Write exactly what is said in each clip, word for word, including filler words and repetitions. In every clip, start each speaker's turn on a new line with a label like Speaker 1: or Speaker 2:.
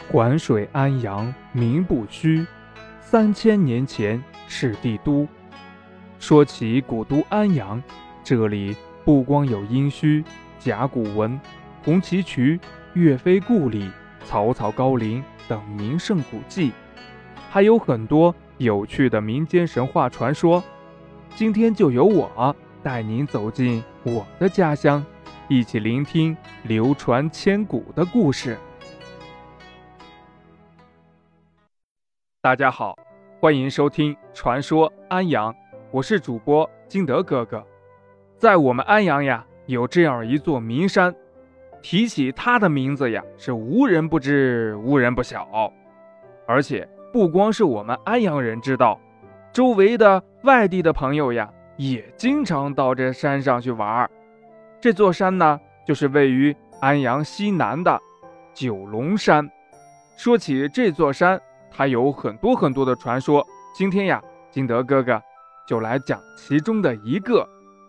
Speaker 1: 环水安阳名不虚，三千年前是帝都。说起古都安阳，这里不光有殷墟、甲骨文、红旗渠、岳飞故里、曹操高陵等名胜古迹，还有很多有趣的民间神话传说。今天就由我带您走进我的家乡，一起聆听流传千古的故事。大家好，欢迎收听传说安阳，我是主播金德哥哥。在我们安阳呀，有这样一座名山，提起它的名字呀，是无人不知，无人不晓。而且不光是我们安阳人知道，周围的外地的朋友呀，也经常到这山上去玩。这座山呢，就是位于安阳西南的九龙山。说起这座山，它有很多很多的传说，今天呀，金德哥哥就来讲其中的一个。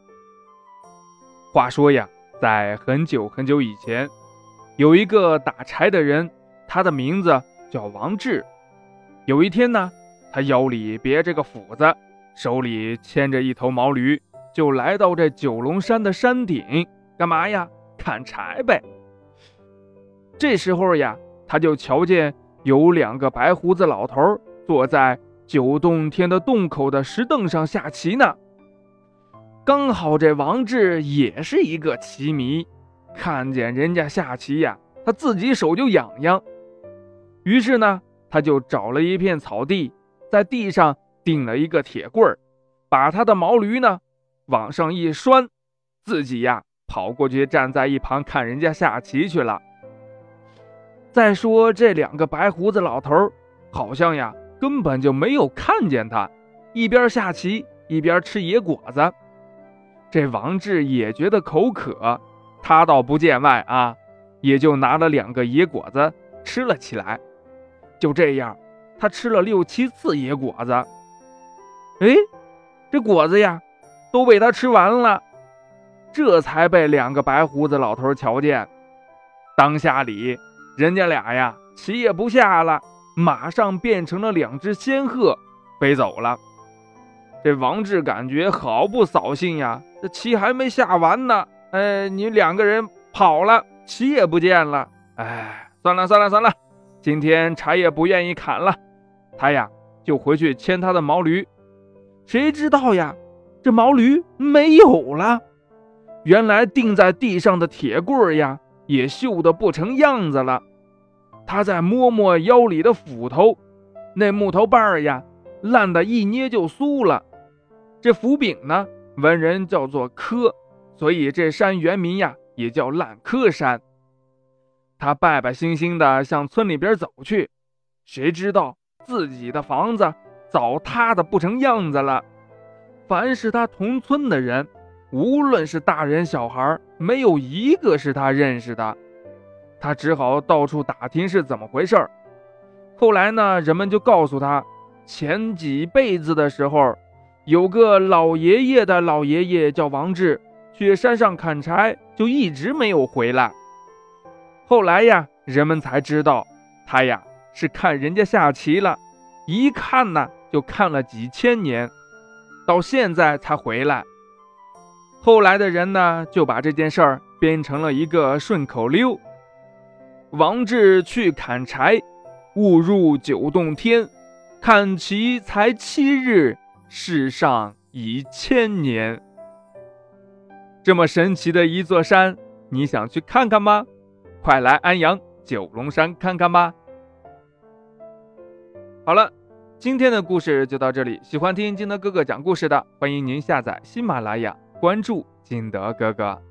Speaker 1: 话说呀，在很久很久以前，有一个打柴的人，他的名字叫王志。有一天呢，他腰里别着个斧子，手里牵着一头毛驴，就来到这九龙山的山顶，干嘛呀？砍柴呗。这时候呀，他就瞧见有两个白胡子老头坐在九洞天的洞口的石凳上下棋呢。刚好这王志也是一个棋迷，看见人家下棋呀，他自己手就痒痒。于是呢，他就找了一片草地，在地上钉了一个铁棍，把他的毛驴呢往上一拴，自己呀跑过去站在一旁看人家下棋去了。再说这两个白胡子老头好像呀根本就没有看见他，一边下棋一边吃野果子。这王志也觉得口渴，他倒不见外啊，也就拿了两个野果子吃了起来。就这样，他吃了六七次野果子，哎，这果子呀都被他吃完了，这才被两个白胡子老头瞧见。当下里人家俩呀棋也不下了，马上变成了两只仙鹤飞走了。这王志感觉好不扫兴呀，这棋还没下完呢，哎，你两个人跑了，棋也不见了，哎，算了算了算了，今天柴也不愿意砍了。他呀就回去牵他的毛驴，谁知道呀，这毛驴没有了。原来钉在地上的铁棍呀也锈得不成样子了。他再摸摸腰里的斧头，那木头棒呀烂得一捏就酥了。这斧柄呢，文人叫做磕，所以这山原名呀也叫烂柯山。他拜拜星星的向村里边走去，谁知道自己的房子早塌得不成样子了。凡是他同村的人，无论是大人小孩，没有一个是他认识的。他只好到处打听是怎么回事。后来呢，人们就告诉他，前几辈子的时候，有个老爷爷的老爷爷叫王志，去山上砍柴，就一直没有回来。后来呀，人们才知道他呀是看人家下棋了，一看呢就看了几千年，到现在才回来。后来的人呢就把这件事儿编成了一个顺口溜：王志去砍柴，误入九洞天，看棋才七日，世上已千年。这么神奇的一座山，你想去看看吗？快来安阳九龙山看看吧。好了，今天的故事就到这里。喜欢听金德哥哥讲故事的，欢迎您下载喜马拉雅，关注金德哥哥。